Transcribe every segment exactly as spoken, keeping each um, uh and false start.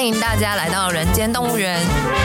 迎大家来到人间动物园。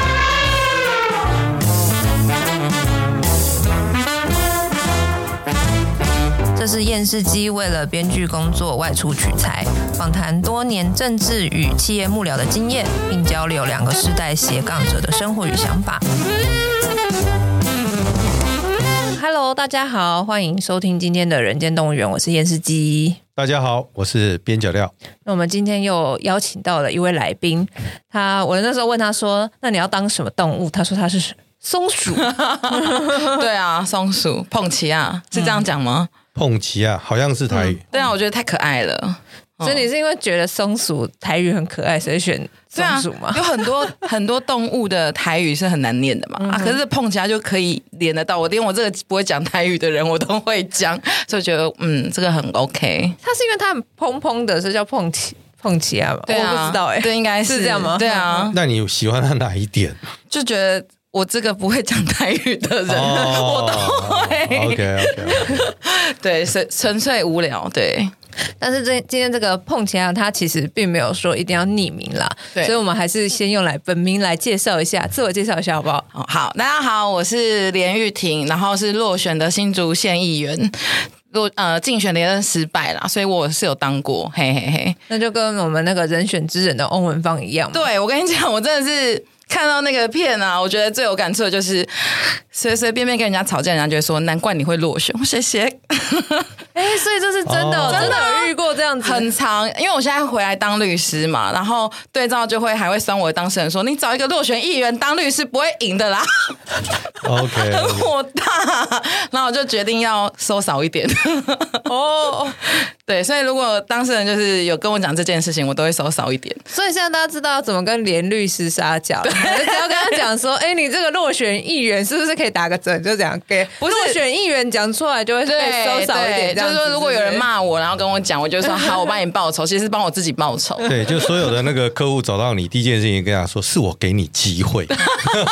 这是验视机为了编剧工作外出取材，访谈多年政治与企业幕僚的经验，并交流两个世代斜杠者的生活与想法。Hello， 大家好，欢迎收听今天的人间动物园，我是验视机。 大家好，我是边角料。 那我们今天又邀请到了一位来宾，他我那时候问他说：“那你要当什么动物？”他说他是松鼠。 对啊，松鼠碰奇亚是这样讲吗？ 碰奇亚好像是台语、 嗯。对啊，我觉得太可爱了。 所以你是因为觉得松鼠台语很可爱，所以选松鼠吗？ 啊、有很多很多动物的台语是很难念的嘛，嗯、啊，可是碰起来就可以连得到。我连我这个不会讲台语的人，我都会讲，所以我觉得嗯，这个很 OK。 它是因为它很蓬蓬的，是叫碰奇碰奇啊吧？ 对啊， 我不知道哎、欸， 对，应该 是, 是这样吗？ 对啊。 那你喜欢它哪一点？ 就觉得我这个不会讲台语的人，哦、我都会。 OK OK， 对，纯纯粹无聊，对。 但是这今天这个碰奇亚，它其实并没有说一定要匿名啦，所以我们还是先用来本名来介绍一下，自我介绍一下好不好？ 哦、好，大家好，我是连玉婷，然后是落选的新竹县议员。落呃竞选连任失败啦，所以我是有当过，嘿嘿嘿。 那就跟我们那个人选之人的翁文芳一样嘛。 对，我跟你讲，我真的是看到那个片啊，我觉得最有感触的就是随随便便跟人家吵架，人家就会说难怪你会落选，谢谢。 哎、欸，所以这是真的、哦，真的有遇过这样子， 很常。因为我现在回来当律师嘛，然后对照就会还会酸我的当事人说，你找一个落选议员当律师不会赢的啦。 OK， 很火大，然后我就决定要收少一点。哦，对，所以如果当事人就是有跟我讲这件事情，我都会收少一点。 所以现在大家知道要怎么跟连律师撒娇，只要跟他讲说，哎、欸，你这个落选议员是不是可以打个折？就这样给不是落选议员讲出来就会被收少一点。 就是说，如果有人骂我，然后跟我讲，我就说好，我帮你报仇。其实是帮我自己报仇。 对，就所有的那个客户找到你，第一件事情跟他说，是我给你机会。对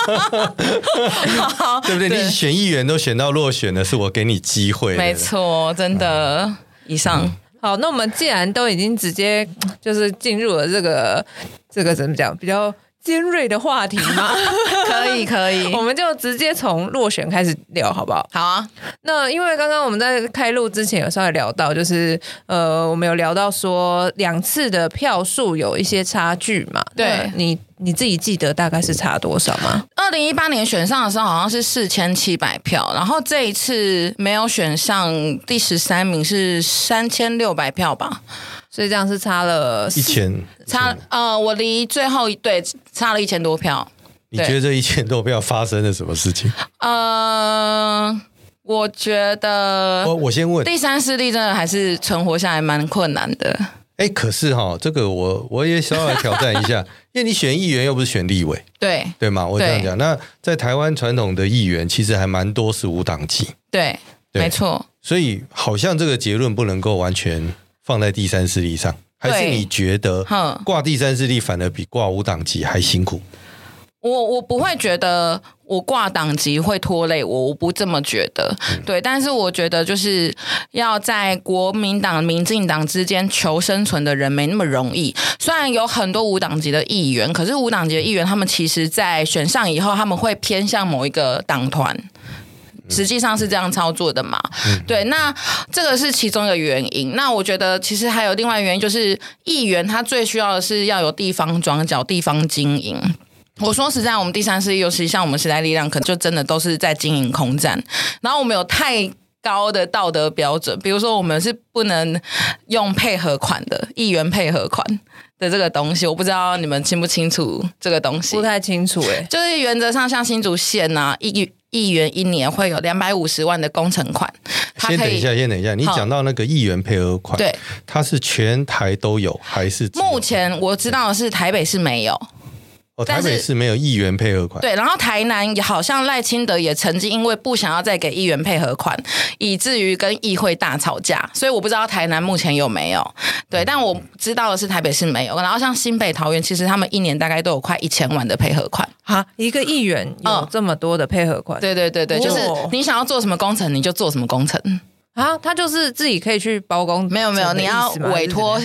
不对？你选议员都选到落选了，是我给你机会。 没错，真的。嗯、以上、嗯、 好，那我们既然都已经直接就是进入了这个这个怎么讲比较尖锐的话题吗？ 可以可以， 我们就直接从落选开始聊好不好？ 好啊。那因为刚刚我们在开录之前有稍微聊到，就是呃，我们有聊到说两次的票数有一些差距嘛。 对， 你你自己记得大概是差多少吗？ 二零一八年选上的时候好像是四千七百票，然后这一次没有选上第十三名是三千六百票吧。 所以这样是差了一千， 差呃，我离最后对差了一千多票。 你觉得这一千多票发生了什么事情？ 呃，我觉得我我先问， 第三势力真的还是存活下来蛮困难的。 哎，可是哈，这个我我也稍微挑战一下，因为你选议员又不是选立委， 对对吗？我这样讲，那在台湾传统的议员其实还蛮多是无党籍， 对，没错。 所以好像这个结论不能够完全放在第三势力上，还是你觉得挂第三势力反而比挂无党籍还辛苦？ 我我不会觉得我挂党籍会拖累我，我不这么觉得。嗯、对，但是我觉得就是要在国民党、民进党之间求生存的人没那么容易。虽然有很多无党籍的议员，可是无党籍的议员他们其实在选上以后，他们会偏向某一个党团。实际上是这样操作的嘛、嗯、对，那这个是其中一个原因。那我觉得其实还有另外一个原因，就是议员他最需要的是要有地方庄脚、地方经营。我说实在，我们第三势力，尤其像我们时代力量，可能就真的都是在经营空战，然后我们有太高的道德标准，比如说我们是不能用配合款的议员配合款的这个东西，我不知道你们清不清楚这个东西？ 不太清楚哎、欸， 就是原则上像新竹县啊，议议员一年会有两百五十万的工程款。 先等一下，先等一下，你讲到那个议员配合款， 对， 它是全台都有还是？ 目前我知道的是台北市没有。 哦，台北市没有议员配合款。 对，然后台南好像赖清德也曾经因为不想要再给议员配合款，以至于跟议会大吵架，所以我不知道台南目前有没有。对，但我知道的是台北市没有。然后像新北、桃园，其实他们一年大概都有快一千万的配合款。 哈，一个议员有这么多的配合款？ 嗯、对对对对，就是你想要做什么工程，你就做什么工程。 啊，他就是自己可以去包工， 没有没有，你要委托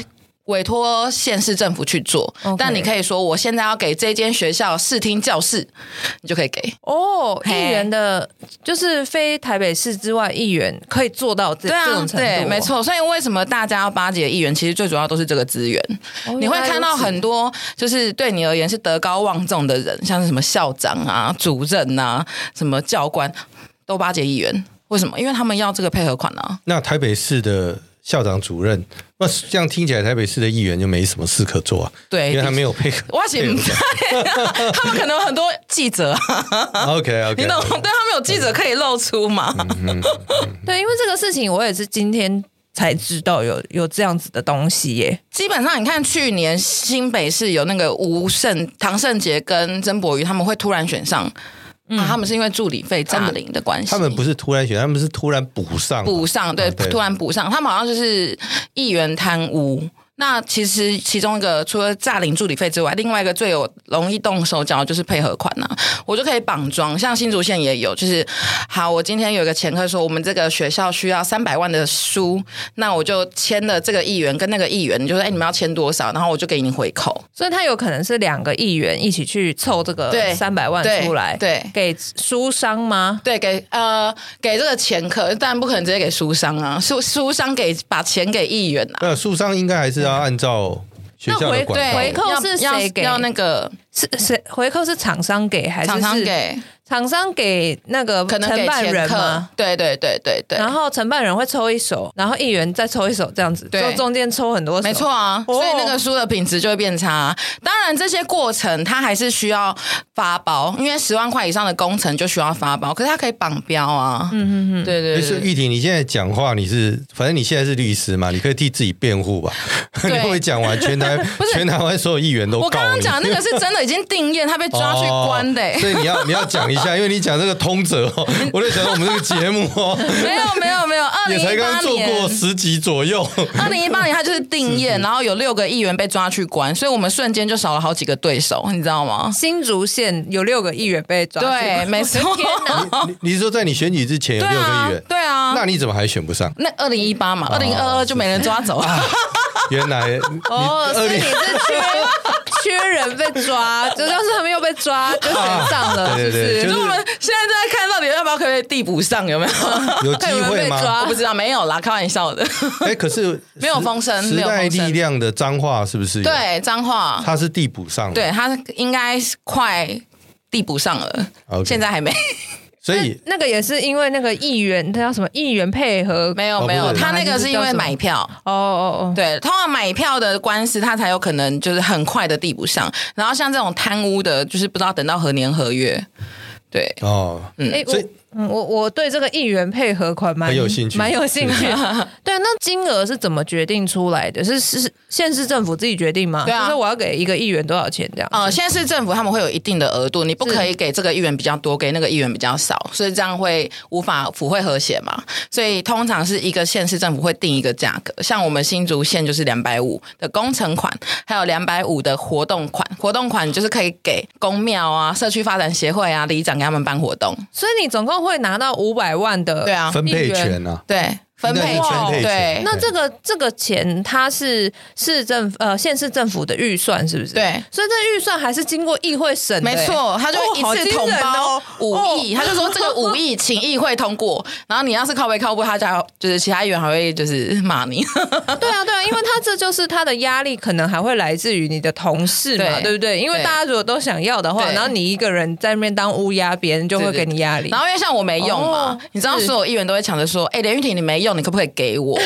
委托县市政府去做， okay. 但你可以说我现在要给这间学校视听教室，你就可以给哦。议员的，就是非台北市之外议员可以做到 这,、啊、这种程度、哦， 对，没错。所以为什么大家要巴结议员？其实最主要都是这个资源、哦。你会看到很多就是对你而言是德高望重的人，像是什么校长啊、主任啊、什么教官，都巴结议员。为什么？因为他们要这个配合款啊。 那台北市的校长主任，那这样听起来台北市的议员就没什么事可做啊。 对， 因为他没有配合。 我想他们可能有很多记者、啊。 OK OK， 你懂？对，他们有记者可以露出嘛？嗯嗯嗯、 对，因为这个事情我也是今天才知道有有这样子的东西耶。 基本上你看去年新北市有那个吴胜、唐胜杰跟曾柏瑜，他们会突然选上。嗯啊、他们是因为助理费诈领的关系， 他们不是突然选，他们是突然补上， 补上，对， 啊、对突然补上，他们好像就是议员贪污。那其实其中一个除了诈领助理费之外，另外一个最有容易动手脚就是配合款呐、啊，我就可以绑桩，像新竹县也有，就是好，我今天有一个前科说我们这个学校需要三百万的书，那我就签了这个议员跟那个议员，你就说哎你们要签多少，然后我就给你回扣， 所以他有可能是两个议员一起去凑这个三百万出来， 对， 对给书商吗？ 对，给呃给这个前科，当然不可能直接给书商啊，书书商给把钱给议员啊， 对，书商应该还是要按照学校的管道， 回扣是谁给？ 要那个是谁回扣是厂商给还是厂商给？ 厂商给那个承办人吗？ 对对对对对。 然后承办人会抽一手，然后议员再抽一手，这样子，就中间抽很多手。 没错啊，哦、所以那个书的品质就会变差。当然，这些过程它还是需要发包，因为十万块以上的工程就需要发包，可是它可以绑标啊。嗯嗯嗯，对对对。 是玉婷，你现在讲话你是，反正你现在是律师嘛，你可以替自己辩护吧？你会讲完全台全台湾所有议员都告你。 我刚刚讲那个是真的已经定验，他被抓去关的、欸哦。所以你要你要讲一下，因为你讲这个通则哦，我在想到我们这个节目哦， 没有没有没有，二零一八年也才刚做过十集左右。 二零一八年他就是定验，然后有六个议员被抓去关，所以我们瞬间就少了好几个对手，你知道吗？ 新竹县有六个议员被抓去关， 对，没错。 你, 你是说在你选举之前有六个议员？ 对啊， 那你怎么还选不上？ 那二零一八嘛，二零二二就没人抓走。啊、 原来哦，所以你是缺缺人被抓，就要是他们又被抓，就选上了， 啊、 是不是？ 对对对， 就是我们现在在看到底要不要可不可以递补上，有没有？ 有机会吗？ 我不知道，没有啦，开玩笑的。 哎，可是没有风声， 时代力量的彰化是不是？ 对，彰化他是递补上， 对他应该快递补上了， okay. 现在还没。 所以那个也是因为那个议员，他叫什么议员配合？ 没有没有，他那个是因为买票。 哦哦哦， 对，通常买票的官司，他才有可能就是很快的递补上。然后像这种贪污的，就是不知道等到何年何月。对哦， 嗯，欸、所以。嗯，我我对这个议员配合款蛮有兴趣， 蛮有兴趣。对，那金额是怎么决定出来的？是是县市政府自己决定吗？ 对啊， 就是我要给一个议员多少钱这样？ 呃，县市政府他们会有一定的额度，你不可以给这个议员比较多，给那个议员比较少，所以这样会无法府会和谐嘛。所以通常是一个县市政府会定一个价格，像我们新竹县就是两百五的工程款，还有两百五的活动款。活动款就是可以给公庙啊、社区发展协会啊、里长给他们办活动。 所以你总共会拿到五百万的对啊分配权啊， 对。分配权，对， 那这个这个钱它是市政呃县市政府的预算是不是？ 对， 所以这预算还是经过议会审的， 没错，他就一次统包五亿、 哦， 他就说这个五亿请议会通过，然后你要是靠北靠不，他家就是其他议员还会就是骂你。 对啊对啊，因为他这就是他的压力，可能还会来自于你的同事嘛， 对, 对不对？因为大家如果都想要的话，然后你一个人在那边当乌鸦，别人就会给你压力。 然后因为像我没用嘛，哦、你知道所有议员都会抢着说，哎、欸，连玉婷你没用。你可不可以给我？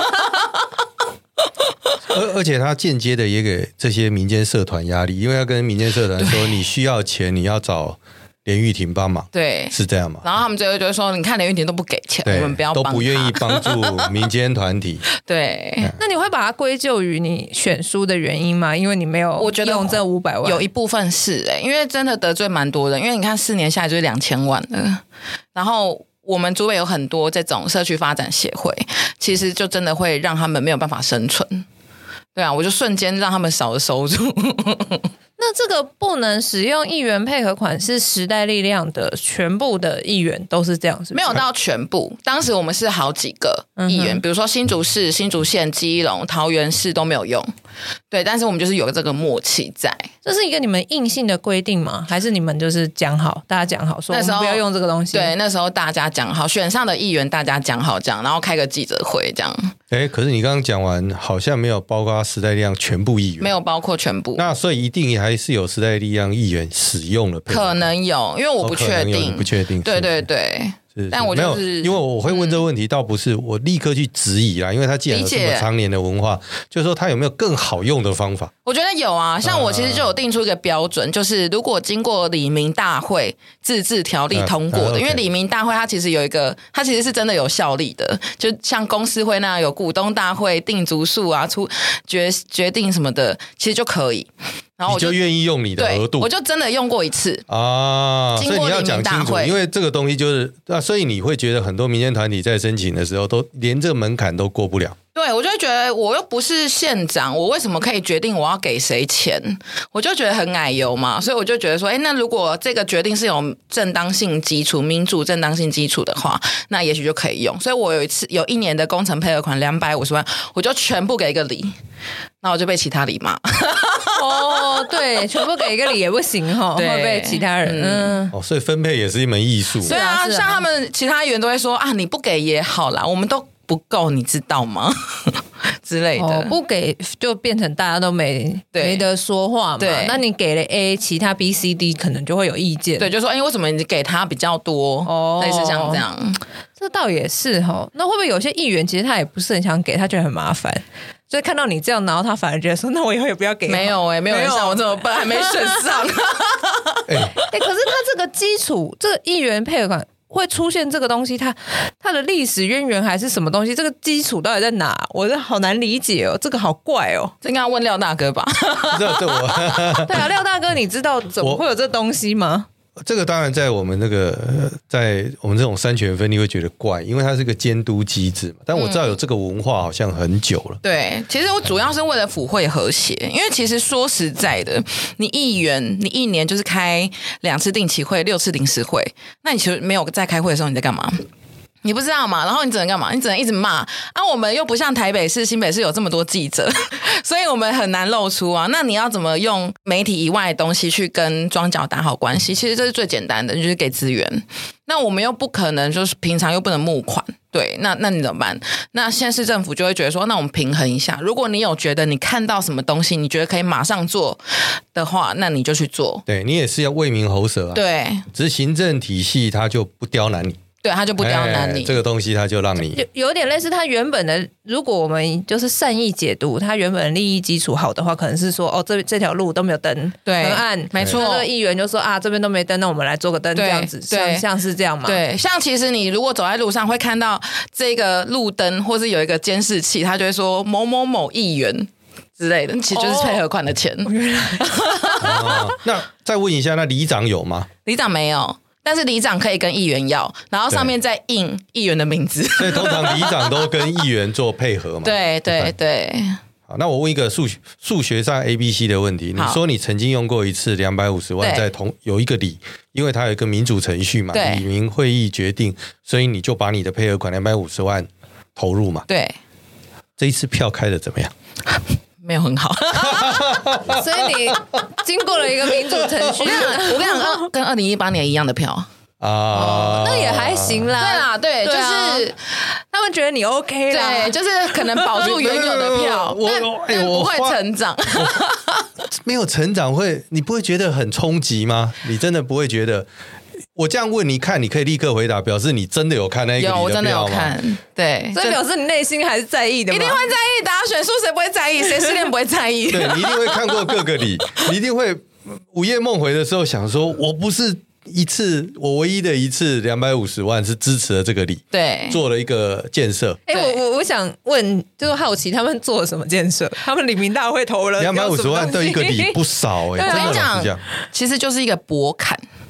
而而且他间接的也给这些民间社团压力，因为要跟民间社团说你需要钱，你要找连玉婷帮忙， 对， 是这样吗？ 然后他们最后就会说，你看连玉婷都不给钱，我们不要帮他， 都不愿意帮助民间团体。 对、 嗯，那你会把它归咎于你选书的原因吗？因为你没有，我觉得用这五百万， 有一部分是哎、欸，因为真的得罪蛮多人，因为你看四年下来就是两千万了，然后。我们竹北有很多这种社区发展协会，其实就真的会让他们没有办法生存。对啊，我就瞬间让他们少了收入。 那这个不能使用议员配合款是时代力量的全部的议员都是这样，是不是？ 没有到全部，当时我们是好几个议员，嗯、比如说新竹市、新竹县、基隆、桃园市都没有用，对，但是我们就是有这个默契在。 这是一个你们硬性的规定吗？还是你们就是讲好，大家讲好说我们不要用这个东西？ 对，那时候大家讲好，选上的议员大家讲好这样，然后开个记者会这样。 哎，可是你刚刚讲完，好像没有包括时代力量全部议员， 没有包括全部。 那所以一定还是有时代力量议员使用了配合款， 可能有，因为我不确定， 哦、不确定。 对对对。 是是但我就是没有，因为我会问这个问题，嗯、倒不是我立刻去质疑啦，因为他既然有这么常年的文化，就是说他有没有更好用的方法？ 我觉得有啊，像我其实就有定出一个标准，啊、就是如果经过里民大会自治条例通过的，啊啊、因为里民大会它其实有一个，它其实是真的有效力的，就像公司会那样有股东大会定足数啊，出决决定什么的，其实就可以。然后我 就, 你就愿意用你的额度， 我就真的用过一次啊，所以你要讲清楚，因为这个东西就是啊，所以你会觉得很多民间团体在申请的时候，都连这个门槛都过不了。 对，我就会觉得我又不是县长，我为什么可以决定我要给谁钱？我就觉得很矮油嘛，所以我就觉得说，哎，那如果这个决定是有正当性基础、民主正当性基础的话，那也许就可以用。所以我有一次有一年的工程配合款两百五十万，我就全部给一个里，那我就被其他里骂。 哦，对，全部给一个里也不行哈，会被其他人嗯， 哦，所以分配也是一门艺术。 对啊，像他们其他议员都会说啊，你不给也好啦，我们都不够，你知道吗？之类的、哦， 不给就变成大家都没没得说话嘛。对，那你给了 A， 其他 B、C、D 可能就会有意见。 对，就说哎、欸，为什么你给他比较多？哦，类似像这样， 这倒也是哈。那会不会有些议员其实他也不是很想给，他觉得很麻烦？所以看到你这样，然后他反而觉得说，那我以后也不要给。 没有哎、欸，没有人像我这么笨，还没选上。 哎、欸，可是他这个基础，这个议员配合款会出现这个东西，它它的历史渊源还是什么东西？这个基础到底在哪？我这好难理解哦，这个好怪哦。 这应该要问廖大哥吧？ 这这我对啊，廖大哥，你知道怎么会有这东西吗？ 这个当然在我们那个在我们这种三权分立会觉得怪，因为它是个监督机制嘛。但我知道有这个文化好像很久了。嗯、 对，其实我主要是为了府会和谐，因为其实说实在的，你议员你一年就是开两次定期会、六次临时会，那你其实没有在开会的时候你在干嘛？你不知道嘛？然后你只能干嘛？你只能一直骂啊！我们又不像台北市、新北市有这么多记者，所以我们很难露出啊。那你要怎么用媒体以外的东西去跟庄脚打好关系？其实这是最简单的，就是给资源。那我们又不可能就是平常又不能募款，对，那那你怎么办？那县市政府就会觉得说，那我们平衡一下。如果你有觉得你看到什么东西，你觉得可以马上做的话，那你就去做。 对，你也是要为民喉舌啊。 对， 只是行政体系它就不刁难你。 对，他就不刁难你、 哎、这个东西他就让你有, 有点类似他原本的，如果我们就是善意解读他原本的利益基础好的话，可能是说哦，这这条路都没有灯， 对， 很暗，没错。那个议员就说啊，这边都没灯，那我们来做个灯，这样子，像像是这样嘛？ 对，像其实你如果走在路上会看到这个路灯，或是有一个监视器，他就会说某某某议员之类的，其实就是配合款的钱。 哦哦、那再问一下，那里长有吗？ 里长没有。但是里长可以跟议员要，然后上面再印议员的名字。 所以通常里长都跟议员做配合嘛。 对对对。 好，那我问一个数学数学上 A B C 的问题。你说你曾经用过一次两百五十万在同有一个里，因为它有一个民主程序嘛，里民会议决定，所以你就把你的配合款两百五十万投入嘛。 对。 这一次票开的怎么样？ 没有很好， 所以你经过了一个民主程序。 我跟你讲，跟二零一八年一样的票啊、哦， 那也还行啦。 对啦，对，对啊、就是他们觉得你 OK 啦， 对，就是可能保住原有的票，但但不会成长。 没有成长会，你不会觉得很冲击吗？你真的不会觉得？我这样问你看，你可以立刻回答，表示你真的有看那一个里的票吗？有， 我真的有看，对， 所以表示你内心还是在意的吗？ 一定会在意，大家选书谁不会在意？谁失恋不会在意？ 对，你一定会看过各个里，你一定会午夜梦回的时候想说，我不是一次，我唯一的一次两百五十万是支持了这个里， 对， 做了一个建设。 哎、欸，我我我想问，就是好奇他们做了什么建设？他们里民大会投了两百五十万对一个里不少哎、欸， 我跟你讲，其实就是一个博坎。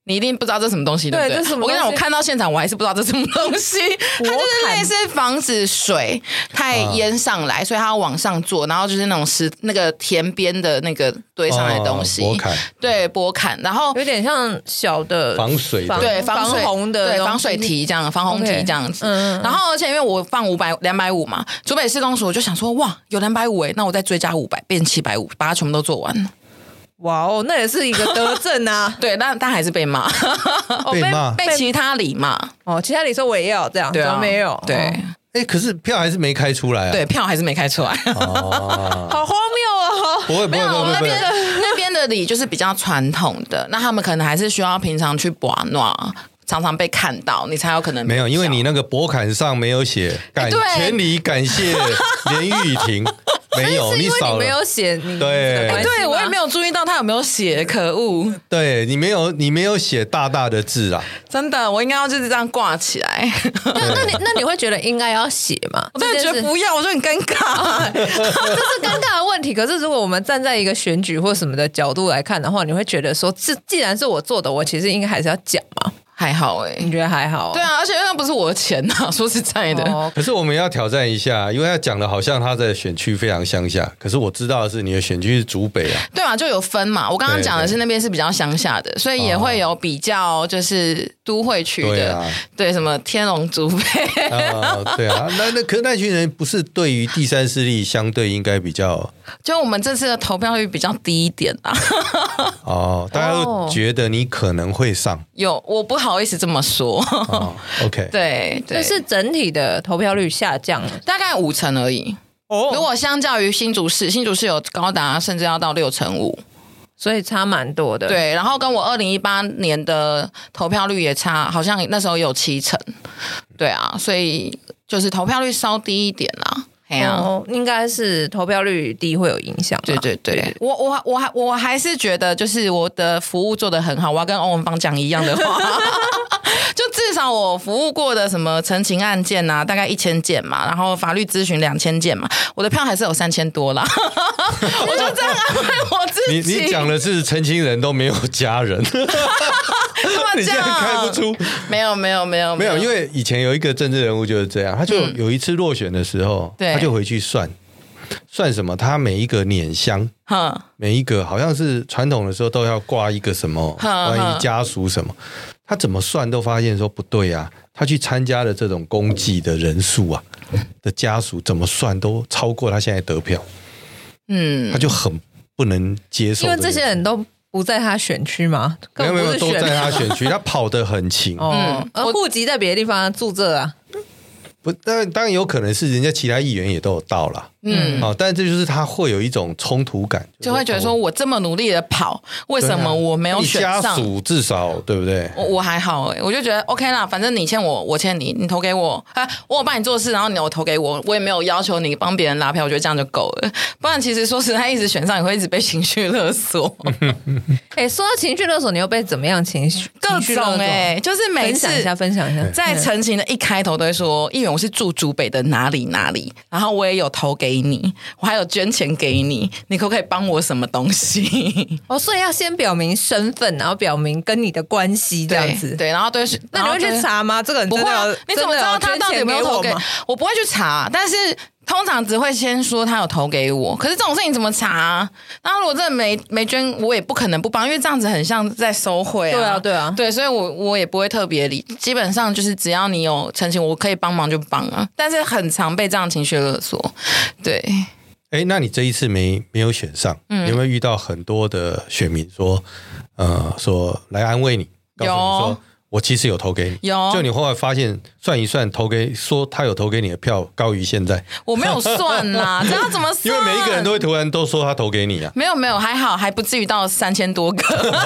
你一定不知道这是什么东西，对不对？ 对，这是什么东西？ 我跟你讲，我看到现场我还是不知道这是什么东西。它就是类似防止水太淹上来，啊、所以它要往上做，然后就是那种石那个田边的那个堆上来的东西， 拨坎， 对，拨坎，然后有点像小的防水的， 对，防水防洪的， 对，防水堤这样，防洪堤这样子。Okay, 嗯，然后而且因为我放五百两百五嘛，竹北市公所我就想说，哇，有两百五哎，那我再追加五百，变七百五，把它全部都做完。 哇哦，那也是一个德政啊！ 对，但但还是被骂， 被骂、 被其他里骂。 哦，其他里说我也要这样， 对啊， 没有， 对。 哦哎、欸，可是票还是没开出来啊！ 对，票还是没开出来， 哦、 好荒谬哦！ 不会，不会，不会， 那边那边的礼就是比较传统的，那他们可能还是需要平常去拔诺，常常被看到，你才有可能没有，因为你那个拨坎上没有写感全力感谢连玉婷。没有，你少了， 你没有写，你对， 哎，对我也没有注意到他有没有写，可恶！ 对你没有，你没有写大大的字啊！ 真的，我应该要就是这样挂起来。 那你那你会觉得应该要写吗？ 我真的觉得不要，我觉得很尴尬， 这是尴尬的问题。可是如果我们站在一个选举或什么的角度来看的话，你会觉得说，这既然是我做的，我其实应该还是要讲嘛。 还好哎、欸， 你觉得还好？ 对啊，而且那不是我的钱啊，说实在的。 哦、 可是我们要挑战一下，因为他讲的好像他的选区非常乡下，可是我知道的是你的选区是竹北啊。 对啊，就有分嘛。我刚刚讲的是那边是比较乡下的，所以也会有比较就是都会区的， 对啊， 对什么天龙竹北。 啊，对啊，那那可是那群人不是对于第三势力相对应该比较， 就我们这次的投票率比较低一点啊。 哦，大家都觉得你可能会上， 有我不好意思这么说。 哦、OK， 对， 但是整体的投票率下降了， 大概五成而已。哦，如果相较于新竹市，新竹市有高达甚至要到六成五， 所以差蛮多的。 对，然后跟我二零一八年的投票率也差，好像那时候有七成。对啊，所以就是投票率稍低一点啦。 哦，应该是投票率低会有影响。 对对对，对我我我还我还是觉得就是我的服务做得很好，我要跟欧文芳讲一样的话。就至少我服务过的什么陈情案件啊，大概一千件嘛，然后法律咨询两千件嘛，我的票还是有三千多啦。我就这样安慰我自己。 你你讲的是陈情人都没有家人。你现在开不出？ 没有没有没有没有，因为以前有一个政治人物就是这样，他就有一次落选的时候，嗯、他就回去算算什么，他每一个碾香，每一个好像是传统的时候都要挂一个什么关于家属什么，他怎么算都发现说不对啊，他去参加的这种公祭的人数啊的家属怎么算都超过他现在得票，嗯，他就很不能接受， 因为这些人都。不在他选区吗？ 没有没有，都在他选区，他跑得很勤。 哦，而户籍在别的地方住这啊。 不，当然当然有可能是人家其他议员也都有到了，嗯，哦，但这就是他会有一种冲突感， 就会觉得说我这么努力的跑，为什么我没有选上？ 你家属至少对不对？ 我我还好哎、欸，我就觉得 OK 啦，反正你欠我，我欠你，你投给我，啊，我有帮你做事，然后你有投给我，我也没有要求你帮别人拉票，我觉得这样就够了。不然其实说实在，一直选上，你会一直被情绪勒索。 哎欸，说到情绪勒索，你又被怎么样情绪？ 各种哎、欸，就是每次分享一下，分享一下， 在陈情的一开头都会说，议员我是住竹北的哪里哪里，然后我也有投给你，我还有捐钱给你，你可不可以帮我什么东西？ 哦，所以要先表明身份，然后表明跟你的关系这样子。 对，对然后对， 那你会去查吗？这个人不会、啊，你怎么知道他到底有没有投给？我不会去查，但是。通常只会先说他有投给我，可是这种事情怎么查啊？然后如果真的没没捐，我也不可能不帮，因为这样子很像在收贿啊。 对啊，对啊， 对，所以我我也不会特别理，基本上就是只要你有陈情，我可以帮忙就帮啊。但是很常被这样情绪勒索，对。 哎，那你这一次没没有选上，嗯、你有没有遇到很多的选民说，呃，说来安慰你，告诉你说？我其实有投给你， 有， 就你后来发现算一算，投给说他有投给你的票高于现在， 我没有算啦，这要怎么算？ 因为每一个人都会突然都说他投给你啊， 没有没有，还好还不至于到三千多个。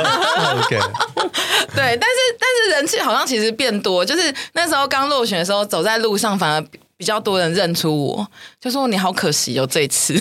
OK， 对，但是但是人气好像其实变多，就是那时候刚落选的时候，走在路上反而比较多人认出我，就说你好可惜哦这一次。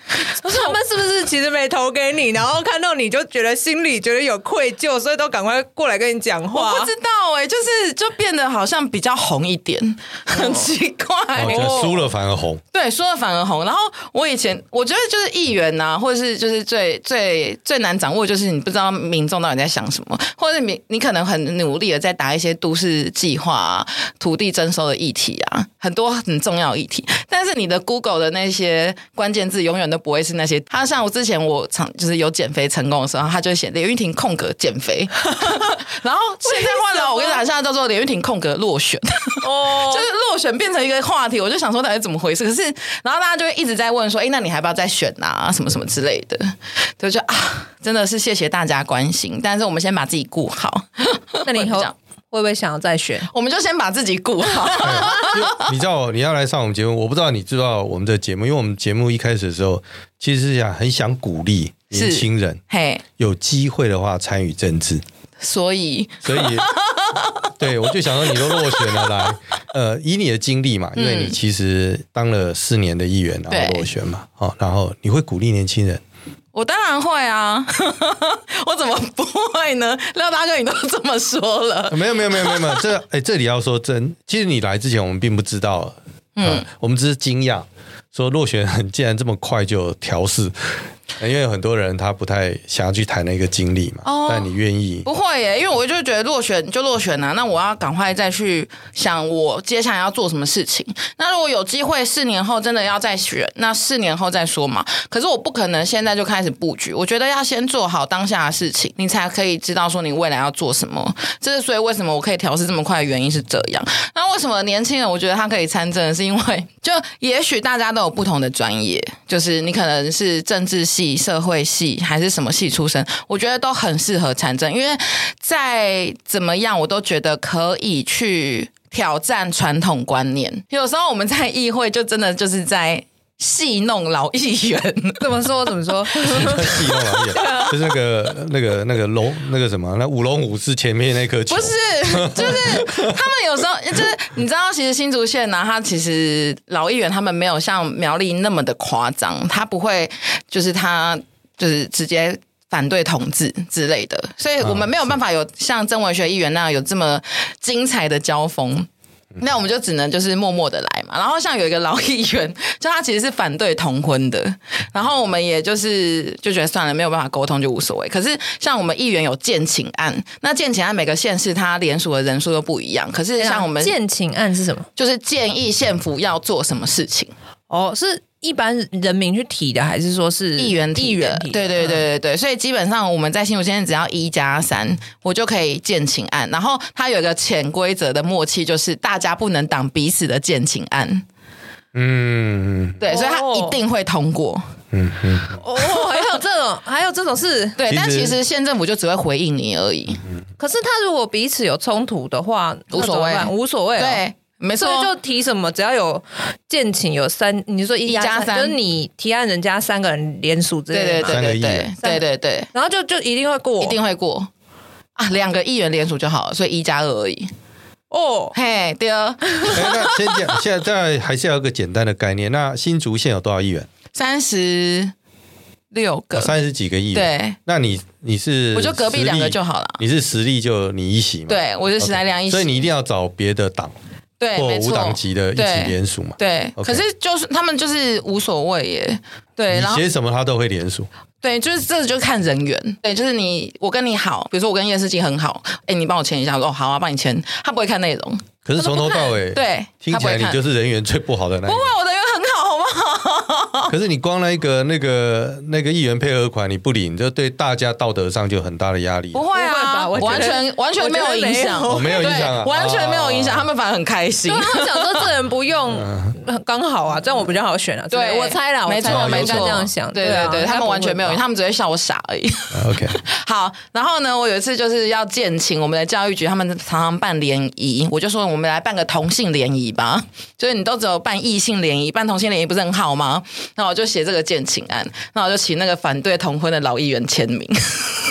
他们是不是其实没投给你，然后看到你就觉得心里觉得有愧疚，所以都赶快过来跟你讲话？ 我不知道哎、欸，就是就变得好像比较红一点，很奇怪。 我觉得输了反而红， 对，输了反而红。然后我以前我觉得就是议员呐、啊，或者是就是最最最难掌握，就是你不知道民众到底在想什么，或者你你可能很努力的在打一些都市计划啊、土地征收的议题啊，很多很重要的议题，但是你的 Google 的那些关键字永远都不会是那些。他像我之前我常就是有减肥成功的时候，他就写连玉婷空格减肥，然后现在换了，我跟你讲，现在叫做连玉婷空格落选，哦，就是落选变成一个话题，我就想说到底怎么回事？可是然后大家就会一直在问说，哎，那你还不要再选啊？什么什么之类的，就就啊，真的是谢谢大家关心，但是我们先把自己顾好。 那你以后会不会想要再选？ 我们就先把自己顾好。 你知道你要来上我们节目，我不知道你知道我们的节目，因为我们节目一开始的时候，其实是想很想鼓励年轻人， 嘿， 有机会的话参与政治。 所以， 所以，对，我就想说，你都落选了来，呃，以你的经历嘛，因为你其实当了四年的议员，然后落选嘛，哦，然后你会鼓励年轻人。 我当然会啊，我怎么不会呢？廖大哥，你都这么说了， 没有没有没有没有，这哎，这里要说真，其实你来之前我们并不知道，嗯，呃、我们只是惊讶，说落选人竟然这么快就调试。因为有很多人他不太想要去谈那个经历嘛，哦、但你愿意？ 不会耶，因为我就觉得落选就落选啊，那我要赶快再去想我接下来要做什么事情。那如果有机会四年后真的要再选，那四年后再说嘛。可是我不可能现在就开始布局，我觉得要先做好当下的事情，你才可以知道说你未来要做什么。这是所以为什么我可以调试这么快的原因是这样。那为什么年轻人我觉得他可以参政，是因为就也许大家都有不同的专业，就是你可能是政治系、社会系还是什么系出身，我觉得都很适合参政，因为再怎么样我都觉得可以去挑战传统观念。有时候我们在议会就真的就是在戏弄老议员， 怎么说怎么说？戏弄老议员，就是那个那个那个龙那个什么，那舞龙舞狮前面那颗球， 不是，就是他们有时候就是你知道，其实新竹县呢、啊，他其实老议员他们没有像苗栗那么的夸张，他不会就是他就是直接反对同志之类的，所以我们没有办法有像曾文学议员那样有这么精彩的交锋。那我们就只能就是默默的来嘛。然后像有一个老议员，就他其实是反对同婚的，然后我们也就是就觉得算了，没有办法沟通就无所谓。可是像我们议员有建请案，那建请案每个县市它联署的人数都不一样。可是像我们建请案是什么？ 就是建议县府要做什么事情。 哦，是一般人民去提的，还是说是议员提的？ 议员提的？ 对对对对对，所以基本上我们在新竹县只要一加三，我就可以建请案。然后它有一个潜规则的默契，就是大家不能挡彼此的建请案。嗯，对，所以它一定会通过。 嗯嗯。 哦，还有这种，还有这种事。 对，但其实县政府就只会回应你而已。 嗯、可是他如果彼此有冲突的话， 无所谓， 无所谓、哦。 对。没错， 所以就提什么，只要有建请有三，你说一加三，就是你提案人家三个人联署之类的， 对对对对对对对对， 然后就就一定会过， 一定会过啊，两个议员联署就好了，所以一加二而已。 哦， 嘿，对啊。 那先讲，现在还是要有个简单的概念。那新竹县有多少议员？ 三十六个， 三十几个议员。 对， 那你你是我就隔壁两个就好了。 你是实力就你一席嘛？ 对，我是时来良一席， 所以你一定要找别的党。 对， 或无党籍的一起联署嘛？ 对， okay. 可是就是他们就是无所谓耶。对， 你写什么他都会联署。 对，就是这就看人缘。对，就是你我跟你好，比如说我跟叶世基很好，哎，你帮我签一下，我说哦好啊，帮你签。他不会看内容， 可是从头到尾， 对， 听起来你就是人缘最不好的那一个。 不会，我的人很好，好不好？ 可是你光那个那个那个议员配合款你不领，就对大家道德上就很大的压力。 不会啊，完全完全没有影响， 我没有影响啊， 完全没有影响，他们反而很开心。 他们想说这人不用，刚好啊，这样我比较好选啊。对，我猜啦， 没错没错， 这样想。 对对对，他们完全没有，他们只会笑我傻而已。 OK， 好，然后呢，我有一次就是要建请我们的教育局，他们常常办联谊，我就说我们来办个同性联谊吧，就是你都只有办异性联谊，办同性联谊不是很好吗？那我就写这个建请案，那我就请那个反对同婚的老议员签名。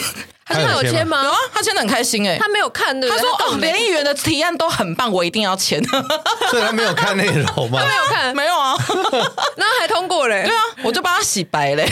他有签吗？ 有啊，他签的很开心哎、欸， 他没有看对不对？ 他说哦，连议员的提案都很棒，我一定要签。 所以他没有看内容吗？ 他没有看， 没有啊， 然后还通过嘞。 对啊，我就帮他洗白嘞。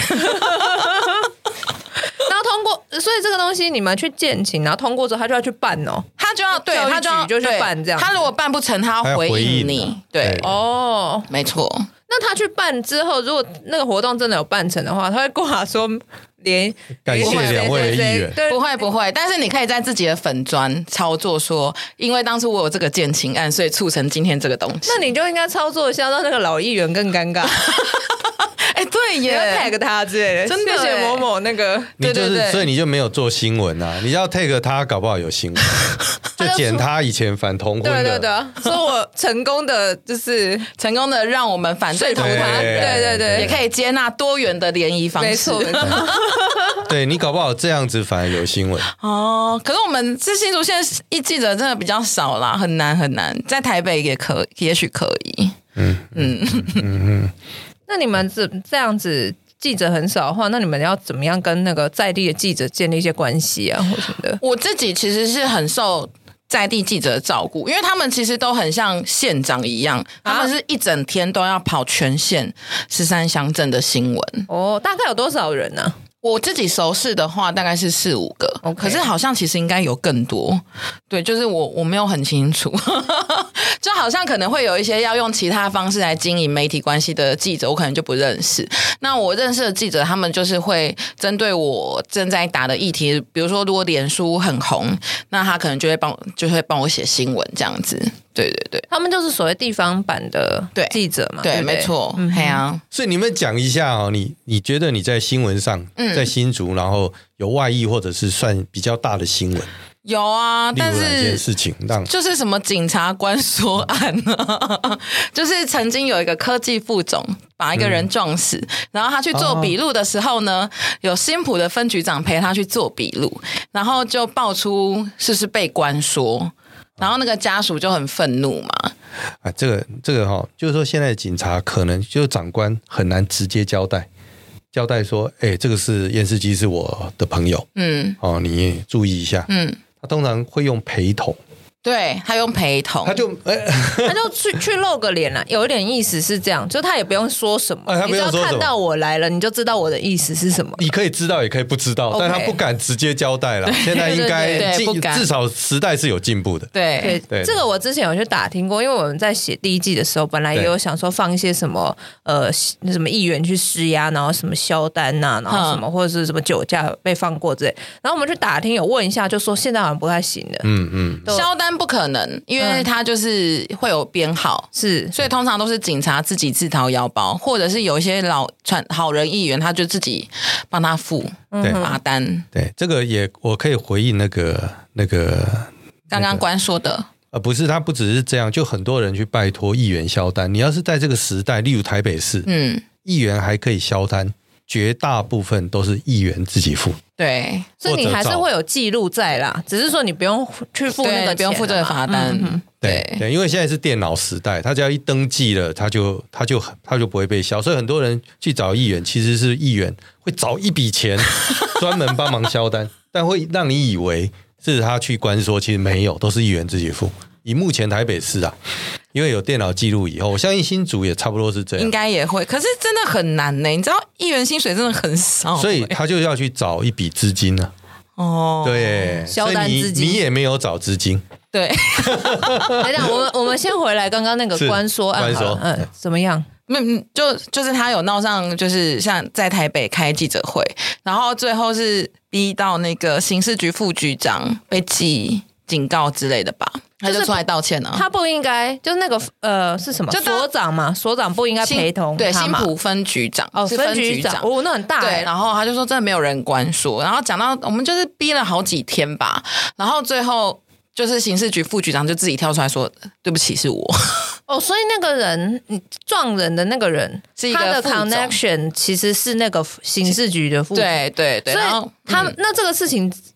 然后通过，所以这个东西你们去建请，然后通过之后，他就要去办哦， 他就要对，他就要就去办这样。 他如果办不成，他要回应你。对， 对哦，没错。 那他去办之后，如果那个活动真的有办成的话，他会挂说连感谢两位议员， 不会不会，但是你可以在自己的粉专操作说，因为当初我有这个建请案，所以促成今天这个东西。 那你就应该操作一下，让那个老议员更尴尬。 哎、欸，对耶， 要 tag 他之类的， 真的谢谢某某那个， 你就是， 对对对， 所以你就没有做新闻啊？你要 tag 他，搞不好有新闻，就剪他以前反同婚的， 对对对，说我成功的就是成功的让我们反对同婚， 对对对， 也可以接纳多元的联谊方式，没错没错。 对你搞不好这样子反而有新闻哦。可是我们这新竹县一记者真的比较少啦，很难很难，在台北也可也许可以，嗯嗯嗯嗯。那你们这这样子记者很少的话，那你们要怎么样跟那个在地的记者建立一些关系啊，或什么的？ 我自己其实是很受在地记者的照顾，因为他们其实都很像县长一样，啊、他们是一整天都要跑全县十三乡镇的新闻。 哦，大概有多少人呢、啊？ 我自己熟识的话大概是四五个、okay. 可是好像其实应该有更多。对，就是我我没有很清楚就好像可能会有一些要用其他方式来经营媒体关系的记者，我可能就不认识。那我认识的记者，他们就是会针对我正在打的议题，比如说如果脸书很红，那他可能就会帮就会帮我写新闻这样子。对对对， 他们就是所谓地方版的记者嘛。 对, 对, 对没错。嗯，对啊。 所以你们讲一下哦，你你觉得你在新闻上、嗯、在新竹然后有外溢或者是算比较大的新闻？ 有啊，但是例如哪件事情让就是什么警察关说案啊，就是曾经有一个科技副总把一个人撞死、嗯、然后他去做笔录的时候呢、哦、有新埔的分局长陪他去做笔录，然后就爆出是不是被关说，然后那个家属就很愤怒嘛。 啊，这个这个哈、哦，就是说现在的警察可能就是长官很难直接交代，交代说，哎、欸，这个是验尸机是我的朋友，嗯，哦，你注意一下，嗯，他通常会用陪同。 对，他用陪同， 他就、欸、 他就去去露个脸啦，有一点意思是这样，就他也不用说什么， 啊、他不用说什么， 你只要看到我来了，你就知道我的意思是什么。 你可以知道，也可以不知道， okay. 但他不敢直接交代了。现在应该至少时代是有进步的。 对对, 对， 这个我之前有去打听过，因为我们在写第一季的时候，本来也有想说放一些什么呃什么议员去施压，然后什么销单呐、啊，然后什么、嗯、或者是什么酒驾被放过之类，然后我们去打听有问一下，就说现在好像不太行的。 嗯嗯， 销单不可能。因为它就是会有编号、嗯， 是， 所以通常都是警察自己自掏腰包，或者是有一些老传好人议员，他就自己帮他付罚单。 对，这个也我可以回应那个那个刚刚官说的。 呃，不是，他不只是这样，就很多人去拜托议员销单。你要是在这个时代，例如台北市，嗯，议员还可以销单，绝大部分都是议员自己付。 对， 所以你还是会有记录在啦，只是说你不用去付那个钱， 不用付这个罚单。嗯嗯、 对 对, 对，因为现在是电脑时代，他只要一登记了，他就他就他就不会被销。所以很多人去找议员，其实是议员会找一笔钱专门帮忙销单，但会让你以为是他去关说，其实没有，都是议员自己付。以目前台北市啊，因为有电脑记录以后，我相信新竹也差不多是这样， 应该也会。可是真的很难呢，你知道议员薪水真的很少， 所以他就要去找一笔资金啊。哦，对， 销单资金， 你, 你也没有找资金。 对， 等一下，我们我们先回来刚刚那个关说案好了，嗯，怎么样？ 嗯，就就是他有闹上，就是像在台北开记者会，然后最后是逼到那个刑事局副局长被记警告之类的吧。他就出来道歉了、啊， 他不应该，就是那个呃是什么？就所长嘛，所长不应该陪同对新埔分局长哦， 是分局长哦，那很大对。然后他就说真的没有人关说，然后讲到我们就是逼了好几天吧，然后最后就是刑事局副局长就自己跳出来说对不起是我哦，所以那个人撞人的那个人是一个他的 connection 其实是那个刑事局的副对对对， 所以他、嗯、那这个事情。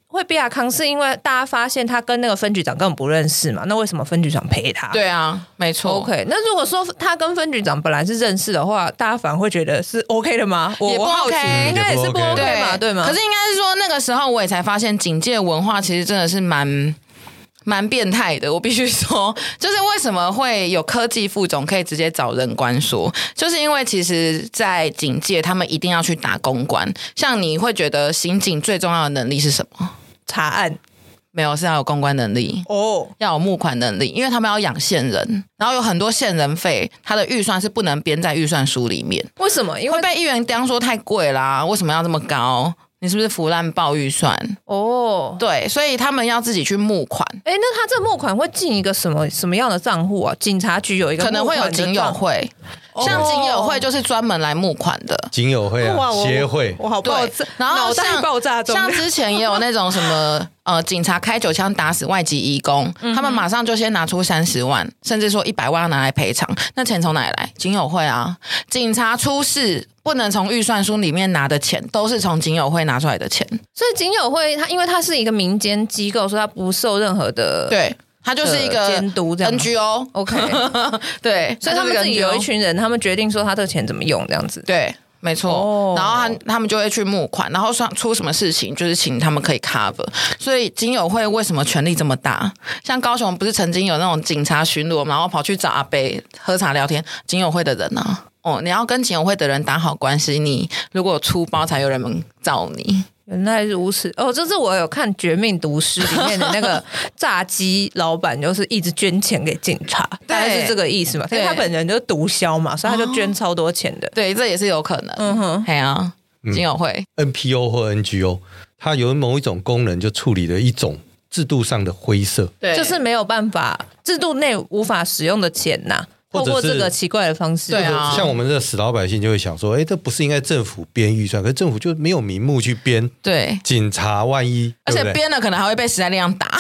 会比亚康是因为大家发现他跟那个分局长根本不认识嘛，那为什么分局长陪他？ 对啊，没错。 OK， 那如果说他跟分局长本来是认识的话，大家反而会觉得是 OK 的吗？ 也不 OK， 应该也是不 OK 嘛，对吗？ 可是应该是说那个时候我也才发现警界文化其实真的是蛮。蛮变态的，我必须说，就是为什么会有科技副总可以直接找人关说，就是因为其实，在警界他们一定要去打公关。像你会觉得刑警最重要的能力是什么？ 查案。 没有，是要有公关能力哦，要有募款能力，因为他们要养线人，然后有很多线人费，他的预算是不能编在预算书里面。 为什么？因为会被议员刁说太贵啦，为什么要这么高？你是不是腐烂爆预算？哦，对，所以他们要自己去募款。 哎，那他这募款会进一个什么什么样的账户啊？警察局有一个可能会有警友会，像警友会就是专门来募款的警友会啊，协会。 我好爆炸，然后像爆炸中， 像之前也有那种什么呃，警察开九枪打死外籍移工，嗯、他们马上就先拿出三十万，甚至说一百万要拿来赔偿。那钱从哪里来？警友会啊，警察出事。不能从预算书里面拿的钱，都是从警友会拿出来的钱。 所以警友会它因为它是一个民间机构，所以它不受任何的对，它就是一个监督这样 N G O。OK， 对，所以他们自己有一群人，他们决定说他这个钱怎么用这样子。 对。没错，哦、然后他他们就会去募款，然后出什么事情就是请他们可以 cover。所以警友会为什么权力这么大？像高雄不是曾经有那种警察巡逻，然后跑去找阿伯喝茶聊天，警友会的人啊，哦，你要跟警友会的人打好关系，你如果出包才有人们找你。 原来如此哦，这是我有看《绝命毒师》里面的那个炸鸡老板，就是一直捐钱给警察，大概是这个意思嘛？因为他本人就是毒枭嘛，所以他就捐超多钱的。 哦、对，这也是有可能。嗯哼，嘿啊，警友会、 嗯、N P O 或 N G O， 它有某一种功能，就处理了一种制度上的灰色， 对，就是没有办法制度内无法使用的钱呐、啊。透过这个奇怪的方式， 对啊， 像我们这死老百姓就会想说，哎，这不是应该政府编预算，可是政府就没有名目去编。 对， 警察万一， 而且编了可能还会被时代力量打。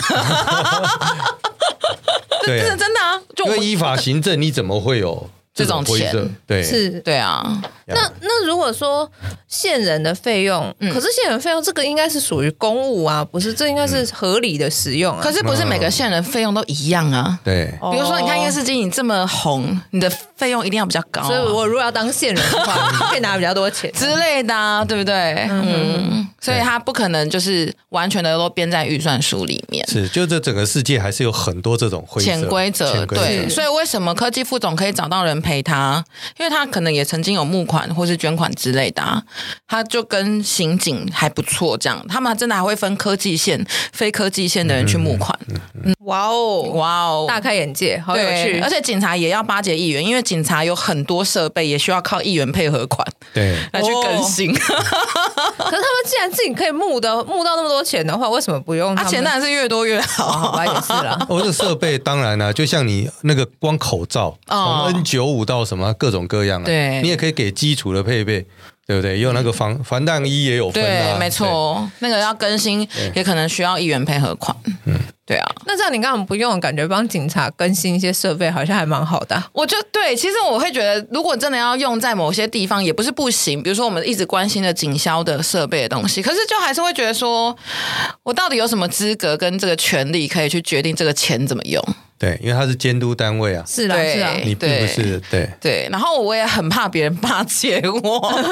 对， 这是真的啊，就因为依法行政，你怎么会有这种钱？对， 是， 对啊。 那那如果说线人的费用，嗯、可是线人费用这个应该是属于公务啊，不是？这应该是合理的使用啊。 可是不是每个线人费用都一样啊？ 对， 比如说你看夜市经你这么红，你的费用一定要比较高、啊。 所以我如果要当线人的话，可以拿比较多钱之类的、啊，对不对？嗯，嗯所以他不可能就是完全的都编在预算书里面。 是，就这整个世界还是有很多这种灰色潜规则。对，所以为什么科技副总可以找到人陪他？因为他可能也曾经有募款或是捐款之类的、啊，他就跟刑警还不错，这样他们真的还会分科技线、非科技线的人去募款。 嗯，哇哦， 哇哦， 大开眼界，好有趣！ 而且警察也要巴结议员，因为警察有很多设备也需要靠议员配合款， 对， 来去更新。 哦、可是他们既然自己可以募的募到那么多钱的话，为什么不用他们？ 啊，钱当然是越多越好， 好吧，也是啦。 我、哦、这设备当然啦、啊，就像你那个光口罩，从 N 九十五 到什么各种各样啊， 对， 你也可以给基础的配备。对不对？也有那个防防弹衣也有分啊， 对，没错，那个要更新也可能需要议员配合款。嗯，对啊。 那这样你刚刚不用，感觉帮警察更新一些设备，好像还蛮好的、啊。 我就对，其实我会觉得，如果真的要用在某些地方，也不是不行。比如说我们一直关心的警消的设备的东西，可是就还是会觉得说，我到底有什么资格跟这个权利可以去决定这个钱怎么用？ 对，因为他是监督单位啊， 是啦，是啦， 你并不是对对。然后我也很怕别人巴结我，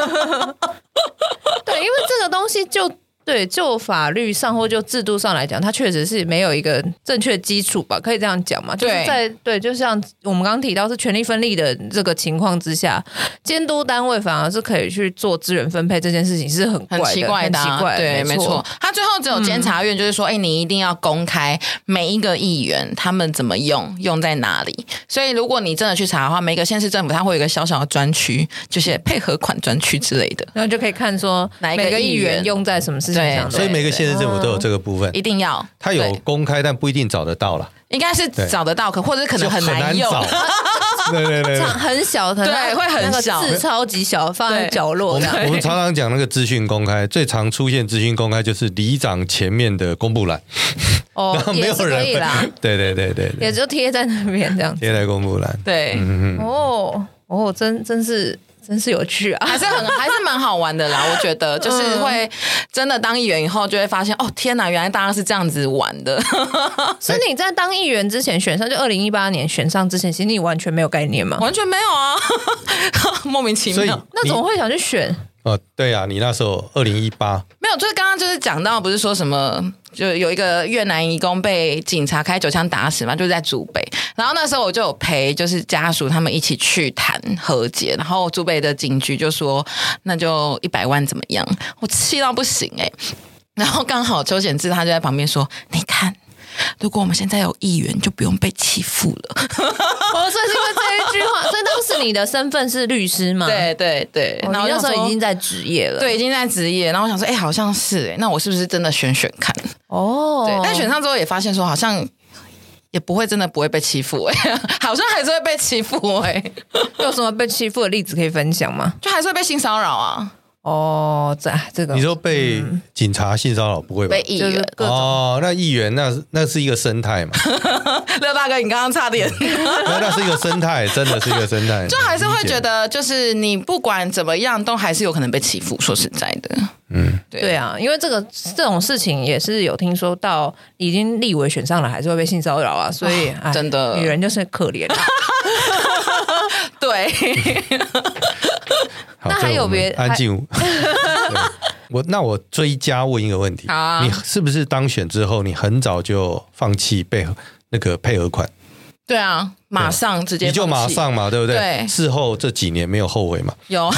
对，因为这个东西就对，就法律上或就制度上来讲，它确实是没有一个正确基础吧，可以这样讲嘛？就是在对，就像我们刚刚提到是权力分立的这个情况之下，监督单位反而是可以去做资源分配这件事情是很怪的很奇怪的、啊， 很奇怪的， 对，没错。他最后只有监察院就是说，哎、嗯欸，你一定要公开每一个议员他们怎么用，用在哪里。所以如果你真的去查的话，每个县市政府它会有一个小小的专区，就是配合款专区之类的， 然后就可以看说哪一个议员用在什么事情。 对，所以每个县市政府都有这个部分， 一定要。 他有公开，但不一定找得到了。 应该是找得到，可或者可能很难用。 很难对对对， 很小， 对，会很小， 字超级小，放在角落。 我们我们常常讲那个资讯公开，最常出现资讯公开就是里长前面的公布栏。 哦，然后没有人可以啦。 对对对对， 也就贴在那边这样子， 贴在公布栏。 对，嗯嗯，哦哦，真真是。 真是有趣啊， 还是很还是蛮好玩的啦。我觉得就是会真的当议员以后，就会发现哦，天哪，原来大家是这样子玩的。 所以你在当议员之前选上，就二零一八年选上之前，其实你完全没有概念吗？ 完全没有啊，莫名其妙。 那怎么会想去选？ 哦，对啊，你那时候二零一八没有，就是刚刚就是讲到，不是说什么，就有一个越南移工被警察开九枪打死嘛，就是在竹北。然后那时候我就有陪，就是家属他们一起去谈和解。然后竹北的警局就说，那就一百万怎么样？我气到不行哎、欸。然后刚好邱显智他就在旁边说，你看。如果我们现在有议员，就不用被欺负了。 哦，所以是因为这一句话，所以当时你的身份是律师嘛？ 对对对， 哦、然后那时候已经在职业了， 对，已经在职业。然后我想说，哎、欸，好像是哎、欸，那我是不是真的选选看？ 哦， 对，但选上之后也发现说，好像也不会真的不会被欺负哎、欸，好像还是会被欺负哎、欸。 有什么被欺负的例子可以分享吗？ 就还是会被性骚扰啊。 哦，这这个你说被警察性骚扰不会吧？ 被议员哦，那议员那那是一个生态嘛。 廖大哥，你刚刚差点， 那那是一个生态，真的是一个生态， 就还是会觉得，就是你不管怎么样，都还是有可能被欺负。说实在的， 嗯， 对对啊，因为这个这种事情也是有听说到，已经立委选上了，还是会被性骚扰啊，所以、哦、 真的女人就是可怜、啊。 对。 好， 那还有别安静。我那我追加问一个问题、 啊、 你是不是当选之后，你很早就放弃配合那个配额款？ 对啊，马上直接你就马上嘛，对不对？ 对。 事后这几年没有后悔嘛？ 有。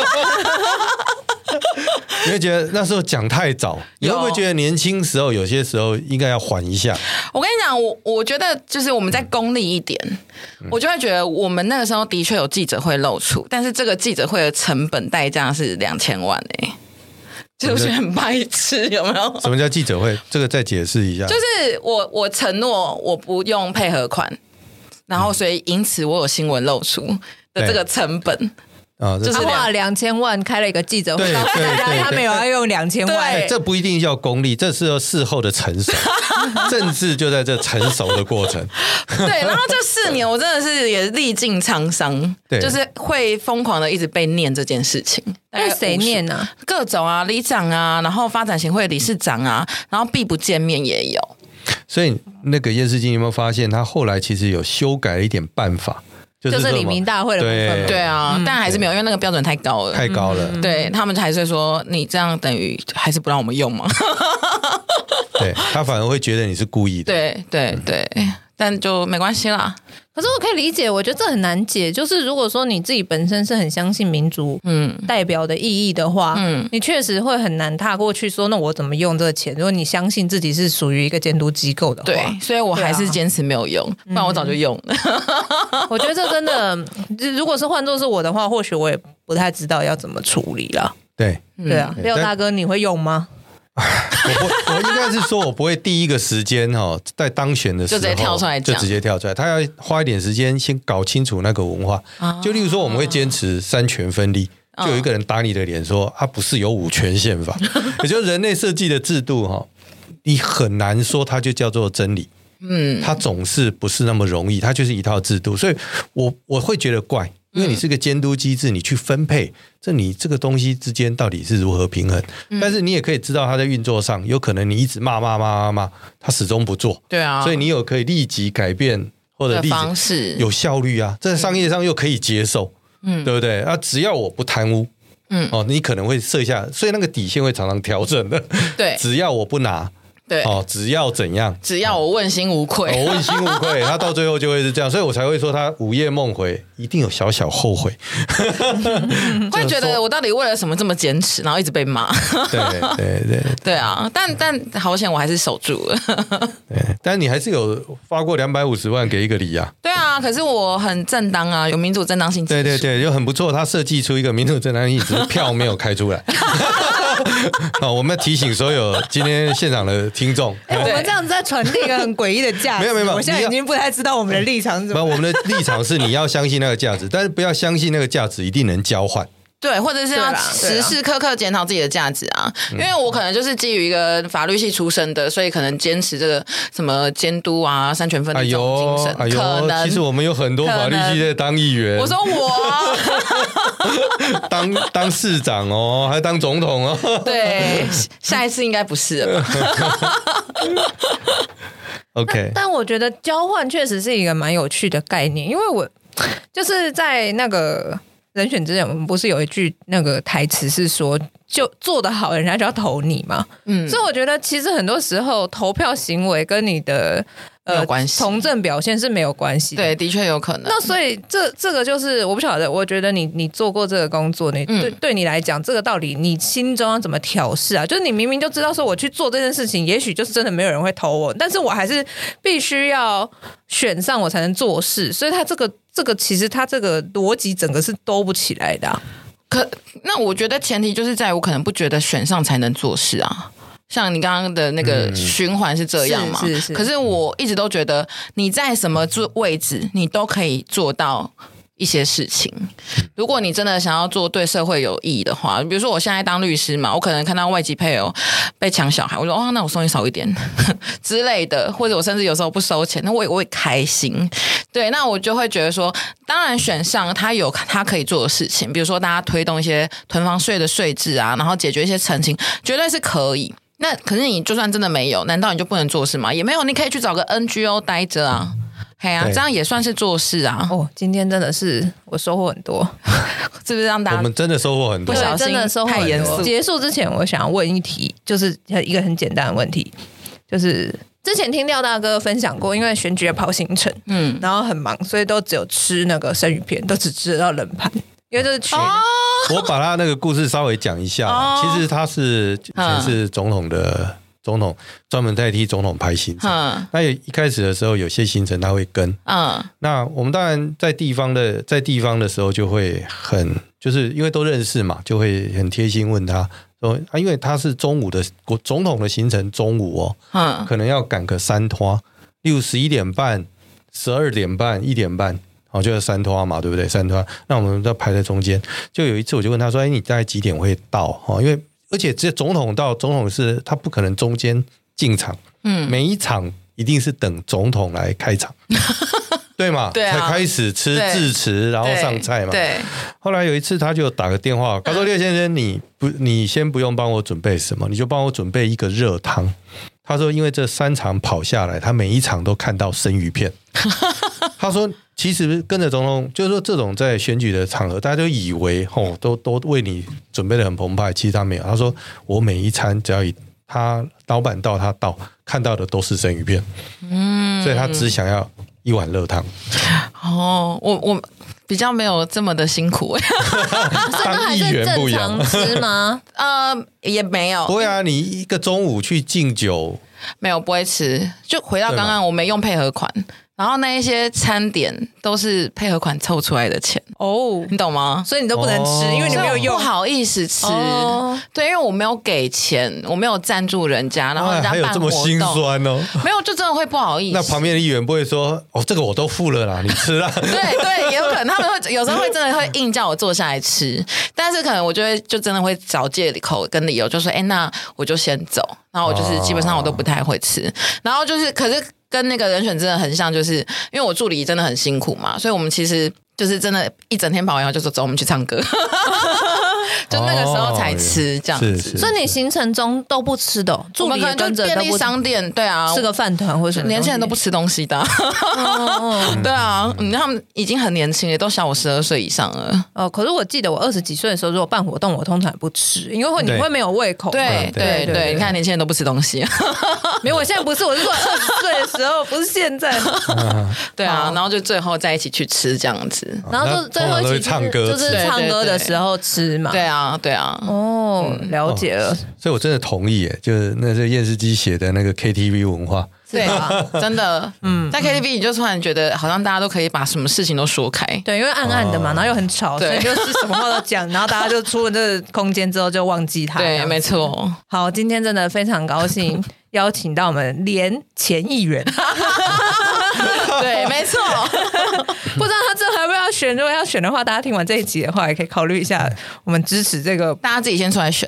你会觉得那时候讲太早，你会不会觉得年轻时候有些时候应该要缓一下？ 我跟你讲，我我觉得就是我们再功利一点、嗯，我就会觉得我们那个时候的确有记者会露出，但是这个记者会的成本代价是两千万哎、欸，就是很白痴，有没有？ 什么叫记者会？这个再解释一下。 就是我我承诺我不用配合款，然后所以因此我有新闻露出的这个成本。 啊， 就是花了两千万开了一个记者会，告诉大家他们有要用两千万， 这不一定叫功利，这是要事后的成熟，政治就在这成熟的过程。 对，然后这四年我真的是也历尽沧桑，就是会疯狂的一直被念这件事情。 被谁念呢、啊？ 各种啊，里长啊，然后发展协会理事长啊，然后避不见面也有。 所以那个验视机有没有发现，他后来其实有修改了一点办法？ 就是李明大会的部分， 对啊、嗯，但还是没有，因为那个标准太高了， 太高了。 嗯、对他们还是会说，你这样等于还是不让我们用吗？ 对他反而会觉得你是故意的。 对对对，但就没关系啦。 可是我可以理解，我觉得这很难解。就是如果说你自己本身是很相信民主嗯代表的意义的话，嗯，你确实会很难踏过去说，那我怎么用这个钱？如果你相信自己是属于一个监督机构的话， 对，所以我还是坚持没有用，不然我早就用了。 嗯、我觉得这真的，如果是换作是我的话，或许我也不太知道要怎么处理啦。 对， 对啊，廖大哥，你会用吗？ 我不，我应该是说，我不会第一个时间哈、哦，在当选的时候就直接跳出来讲， 就直接跳出来。他要花一点时间先搞清楚那个文化。啊、就例如说，我们会坚持三权分立，就有一个人打你的脸说，他、啊、不是有五权宪法，也就是人类设计的制度哈、哦，你很难说它就叫做真理。嗯，它总是不是那么容易，它就是一套制度，所以我我会觉得怪。因为你是个监督机制，你去分配，这你这个东西之间到底是如何平衡？嗯、但是你也可以知道它在运作上，有可能你一直骂骂骂骂骂，它始终不做。 对啊， 所以你有可以立即改变或者立即方式有效率啊，在商业上又可以接受，嗯，对不对？啊，只要我不贪污，嗯，哦，你可能会设下，所以那个底线会常常调整的。 对， 只要我不拿。 对哦，只要怎样， 只要我问心无愧， 哦、我问心无愧，他到最后就会是这样，所以我才会说他午夜梦回，一定有小小后悔， 会觉得我到底为了什么这么坚持，然后一直被骂。 对对对对啊，但但好险我还是守住了。 对，但你还是有发过两百五十万给一个里啊。 对啊，可是我很正当啊，有民主正当性。 对对对，就很不错，他设计出一个民主正当性，只是票没有开出来。好，我们要提醒所有今天现场的听众， 哎、欸，我们这样子在传递一个很诡异的价值。 没有没有， 我现在已经不太知道我们的立场是什么。 我们的立场是你要相信那个价值，但是不要相信那个价值一定能交换。 对，或者是要时时刻刻检讨自己的价值啊。因为我可能就是基于一个法律系出身的，所以可能坚持这个什么监督啊、三权分立这种精神。 哎呦， 可能其实我们有很多法律系在当议员。 我说我当当市长哦，还当总统哦。 对，下一次应该不是了吧 ？OK， 但, 但我觉得交换确实是一个蛮有趣的概念，因为我就是在那个人选之前，我们不是有一句那个台词是说，就做得好，人家就要投你嘛。嗯，所以我觉得其实很多时候投票行为跟你的呃从政表现是没有关系的。 对，的确有可能。 那所以这这个就是我不晓得，我觉得你你做过这个工作，你对、嗯、对你来讲，这个到底你心中要怎么调试啊？就是你明明就知道说我去做这件事情，也许就是真的没有人会投我，但是我还是必须要选上我才能做事，所以他这个这个其实他这个逻辑整个是兜不起来的、啊。 可那我觉得前提就是在我可能不觉得选上才能做事啊。像你刚刚的那个循环是这样嘛、 嗯、是是是。 可是我一直都觉得你在什么位置你都可以做到一些事情。如果你真的想要做对社会有意义的话，比如说我现在当律师嘛，我可能看到外籍配偶被抢小孩，我说哦，那我送你少一点之类的，或者我甚至有时候不收钱，那我也我也开心。对，那我就会觉得说，当然选上他有他可以做的事情，比如说大家推动一些囤房税的税制啊，然后解决一些澄清，绝对是可以。那可是你就算真的没有，难道你就不能做事吗？也没有，你可以去找个 N G O 待着啊。嘿啊，这样也算是做事啊！ 哦，今天真的是我收获很多， 是不是让大家？ 我们真的收获很多， 不小心真的收获太严肃。 结束之前，我想要问一题，就是一个很简单的问题，就是之前听廖大哥分享过，因为选举要跑行程，嗯，然后很忙，所以都只有吃那个生鱼片，都只吃得到冷盘，因为这是全。哦、 我把他那个故事稍微讲一下，哦、其实他是前是总统的。总统专门代替总统排行程，嗯、那一开始的时候有些行程他会跟，嗯，那我们当然在地方的在地方的时候就会很，就是因为都认识嘛，就会很贴心问他说啊，因为他是中午的总统的行程中午哦，嗯，可能要赶个三拖，例如十一点半、十二点半、一点半。哦，就是三拖嘛，对不对？三拖，那我们要排在中间。就有一次我就问他说：“哎，你大概几点会到？”哦，因为而且这总统到总统是他不可能中间进场，嗯，每一场一定是等总统来开场，对嘛？ 对啊， 才开始吃致辞，然后上菜嘛。 对。 后来有一次他就打个电话，他说：“廖先生，你不，你先不用帮我准备什么，你就帮我准备一个热汤。”他说：“因为这三场跑下来，他每一场都看到生鱼片。”他说。其实跟着总统，就是说这种在选举的场合，大家都以为哦，都都为你准备的很澎湃，其实他没有。他说我每一餐只要以他老板到他到看到的都是生鱼片，嗯，所以他只想要一碗热汤。 哦，我我比较没有这么的辛苦， 当议员不一样吃吗？ 呃，也没有。 不会啊，你一个中午去敬酒， 没有不会吃。就回到刚刚，我没用配合款。然后那一些餐点都是配合款凑出来的钱哦，你懂吗？ 所以你都不能吃，哦、因为你没有用， 不好意思吃。哦、对，因为我没有给钱，我没有赞助人家，然后人家办活动，还有这么心酸哦。 没有，就真的会不好意思。 那旁边的议员不会说：“哦，这个我都付了啦，你吃啦。” 对对，也有可能他们会有时候会真的会硬叫我坐下来吃，但是可能我就会就真的会找借口跟理由，就说：“哎，那我就先走。”然后我就是基本上我都不太会吃，然后就是可是。跟那个人选真的很像，就是因为我助理真的很辛苦嘛，所以我们其实就是真的，一整天跑完后就说走，我们去唱歌，就那个时候才吃这样子。 是是是， 所以你行程中都不吃的、哦，助理也跟着便利商店，对啊， 吃个饭团或者什么， 年轻人都不吃东西的，哦、对啊，嗯，他们已经很年轻了，都小我十二岁以上了。 哦，可是我记得我二十几岁的时候，如果办活动，我通常也不吃，因为会你会没有胃口。 对对 对, 对, 对，你看年轻人都不吃东西。 没有，我现在不是，我是说二十岁的时候，不是现在。 对啊，然后就最后在一起去吃这样子， 然后就最后一起唱歌， 就是唱歌的时候吃嘛。 对啊，对啊。 哦，了解了。 所以我真的同意，耶，就是那是验视机写的那个 K T V 文化。 对啊，真的，嗯，在 K T V 你就突然觉得好像大家都可以把什么事情都说开， 对，因为暗暗的嘛，然后又很吵，所以就是什么话都讲，然后大家就出了这个空间之后就忘记他。 对，没错。 好，今天真的非常高兴邀请到我们连前议员。 对，没错。 不知道他这还要不要选，如果要选的话，大家听完这一集的话，也可以考虑一下，我们支持这个， 大家自己先出来选。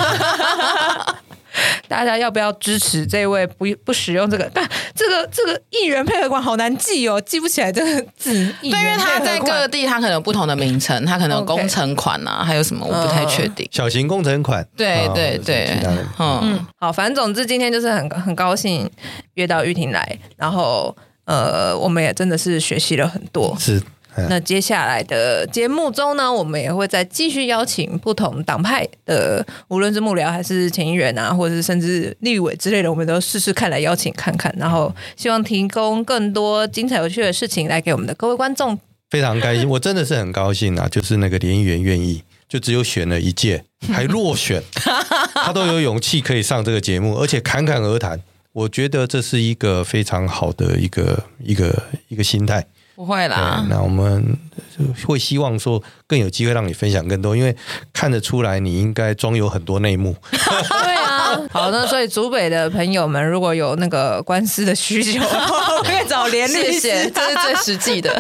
大家要不要支持这位不不使用这个？但这个这个议员配合款好难记哦，记不起来这个字。对， 因为它在各地它可能有不同的名称，它可能有工程款啊， okay. 还有什么我不太确定。 小型工程款， 对对对， 嗯嗯，好，反正总之今天就是很很高兴约到玉婷来，然后呃，我们也真的是学习了很多。 是。 那接下来的节目中呢，我们也会再继续邀请不同党派的，无论是幕僚还是前议员啊，或者是甚至立委之类的，我们都试试看来邀请看看，然后希望提供更多精彩有趣的事情来给我们的各位观众。 非常开心，我真的是很高兴啊！就是那个连议员愿意，就只有选了一届，还落选，他都有勇气可以上这个节目，而且侃侃而谈，我觉得这是一个非常好的一个一个一个心态。 不会啦， 那我们会希望说更有机会让你分享更多，因为看得出来你应该装有很多内幕。 对啊，好，那所以竹北的朋友们，如果有那个官司的需求的话，可以找连律师， 谢谢，这是最实际的。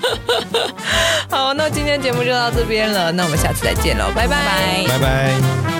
好，那今天节目就到这边了，那我们下次再见喽，拜拜， 拜拜。